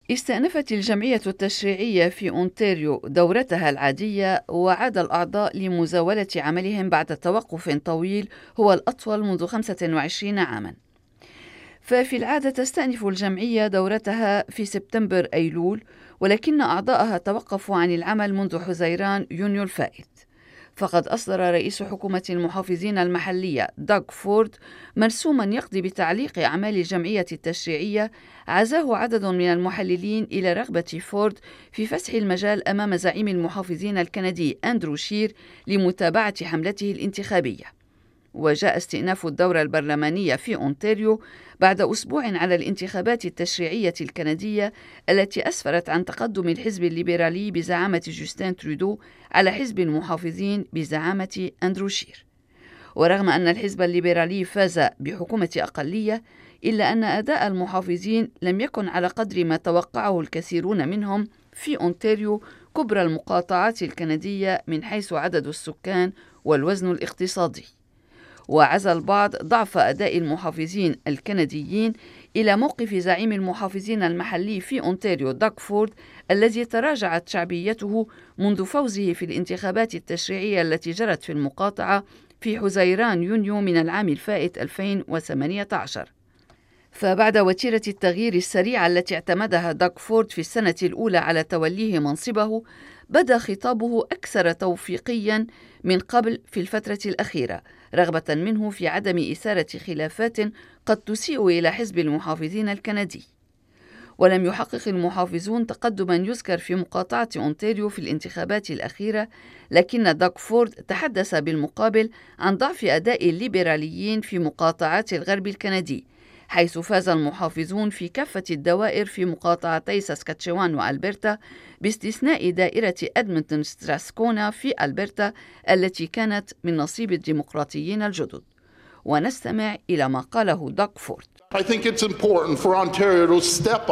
استأنفت الجمعية التشريعية في أونتاريو دورتها العادية، وعاد الأعضاء لمزاولة عملهم بعد توقف طويل هو الأطول منذ 25 عاماً. ففي العادة تستأنف الجمعية دورتها في سبتمبر أيلول، ولكن أعضاءها توقفوا عن العمل منذ حزيران يونيو الفائت. فقد أصدر رئيس حكومة المحافظين المحلية داغ فورد مرسوما يقضي بتعليق أعمال الجمعية التشريعية، عزاه عدد من المحللين إلى رغبة فورد في فسح المجال أمام زعيم المحافظين الكندي أندرو شير لمتابعة حملته الانتخابية. وجاء استئناف الدورة البرلمانية في أونتاريو بعد أسبوع على الانتخابات التشريعية الكندية التي أسفرت عن تقدم الحزب الليبرالي بزعامة جوستين ترودو على حزب المحافظين بزعامة أندرو شير. ورغم أن الحزب الليبرالي فاز بحكومة أقلية، إلا أن أداء المحافظين لم يكن على قدر ما توقعه الكثيرون منهم في أونتاريو، كبرى المقاطعات الكندية من حيث عدد السكان والوزن الاقتصادي. وعزى البعض ضعف أداء المحافظين الكنديين إلى موقف زعيم المحافظين المحلي في أونتاريو داغ فورد، الذي تراجعت شعبيته منذ فوزه في الانتخابات التشريعية التي جرت في المقاطعة في حزيران يونيو من العام الفائت 2018. فبعد وتيرة التغيير السريعة التي اعتمدها داغ فورد في السنة الأولى على توليه منصبه، بدا خطابه أكثر توفيقيا من قبل في الفترة الأخيرة، رغبة منه في عدم إثارة خلافات قد تسيء إلى حزب المحافظين الكندي. ولم يحقق المحافظون تقدما يذكر في مقاطعة أونتاريو في الانتخابات الأخيرة، لكن داغ فورد تحدث بالمقابل عن ضعف أداء الليبراليين في مقاطعات الغرب الكندي، حيث فاز المحافظون في كافة الدوائر في مقاطعتي ساسكاتشوان وألبرتا، باستثناء دائرة أدمنتون ستراسكونا في ألبرتا التي كانت من نصيب الديمقراطيين الجدد. ونستمع إلى ما قاله داغ فورد. I think it's important for Ontario to step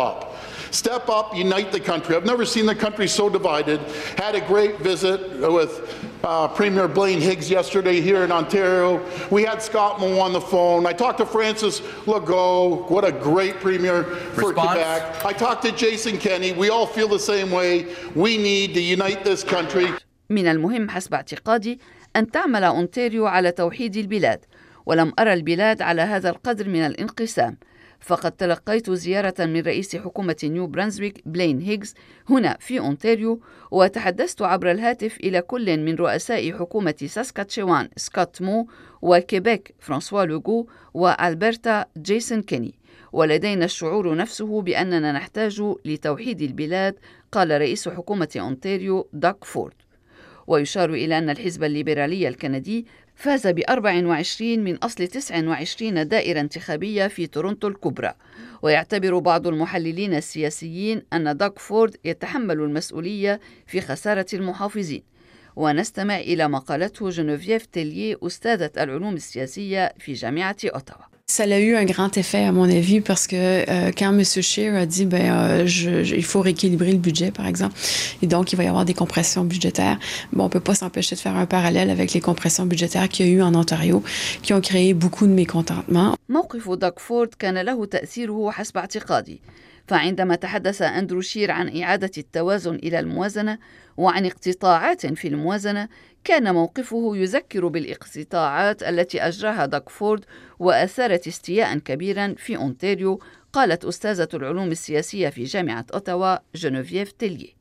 up, unite the country. I've never seen the country so divided. Had a great visit with Premier Blaine Higgs yesterday here in Ontario. We had Scott Moe on the phone. I talked to Francis Legault. What a great premier for Quebec. I talked to Jason Kenney. We all feel the same way. We need to unite this country. من المهم حسب اعتقادي أن تعمل أونتاريو على توحيد البلاد، ولم أرى البلاد على هذا القدر من الانقسام. فقد تلقيت زيارة من رئيس حكومة نيو برانزويك بلين هيغز هنا في أونتاريو، وتحدثت عبر الهاتف إلى كل من رؤساء حكومة ساسكاتشوان سكوت مو، وكيبيك فرانسوا لوغو، وألبرتا جيسون كيني. ولدينا الشعور نفسه بأننا نحتاج لتوحيد البلاد، قال رئيس حكومة أونتاريو داغ فورد. ويشار إلى أن الحزب الليبرالي الكندي فاز ب24 من أصل 29 دائرة انتخابية في تورونتو الكبرى. ويعتبر بعض المحللين السياسيين أن داغ فورد يتحمل المسؤولية في خسارة المحافظين. ونستمع إلى ما قالته جينيفيف تيليي، أستاذة العلوم السياسية في جامعة أوتاوا. Ça a eu un grand effet à mon avis parce que quand M. Scheer a dit il faut rééquilibrer le budget par exemple et donc il va y avoir des compressions budgétaires, on peut pas s'empêcher de faire un parallèle avec les compressions budgétaires qu'il y a eu en Ontario qui ont créé beaucoup de mécontentement. موقف داغ فورد كان له تأثيره حسب اعتقادي، فعندما تحدث أندرو شير عن إعادة التوازن إلى الموازنة وعن اقتطاعات في الموازنة، كان موقفه يذكر بالاقتطاعات التي أجراها داغ فورد وأثارت استياء كبيرا في أونتاريو، قالت أستاذة العلوم السياسية في جامعة أوتاوا جينيفيف تيليي.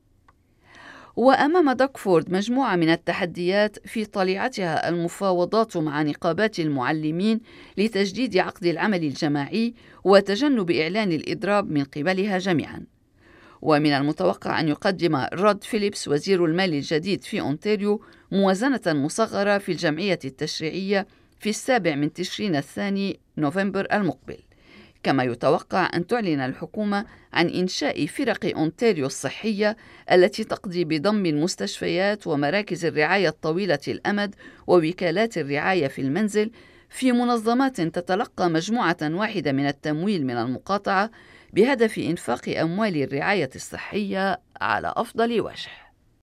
وأمام داغ فورد مجموعة من التحديات في طليعتها المفاوضات مع نقابات المعلمين لتجديد عقد العمل الجماعي وتجنب إعلان الإضراب من قبلها جميعا. ومن المتوقع أن يقدم رود فيليبس وزير المال الجديد في أونتاريو موازنة مصغرة في الجمعية التشريعية في 7 تشرين الثاني نوفمبر المقبل. كما يتوقع أن تعلن الحكومة عن إنشاء فرق أونتاريو الصحية التي تقضي بضم المستشفيات ومراكز الرعاية الطويلة الأمد ووكالات الرعاية في المنزل في منظمات تتلقى مجموعة واحدة من التمويل من المقاطعة، بهدف إنفاق أموال الرعاية الصحية على أفضل وجه.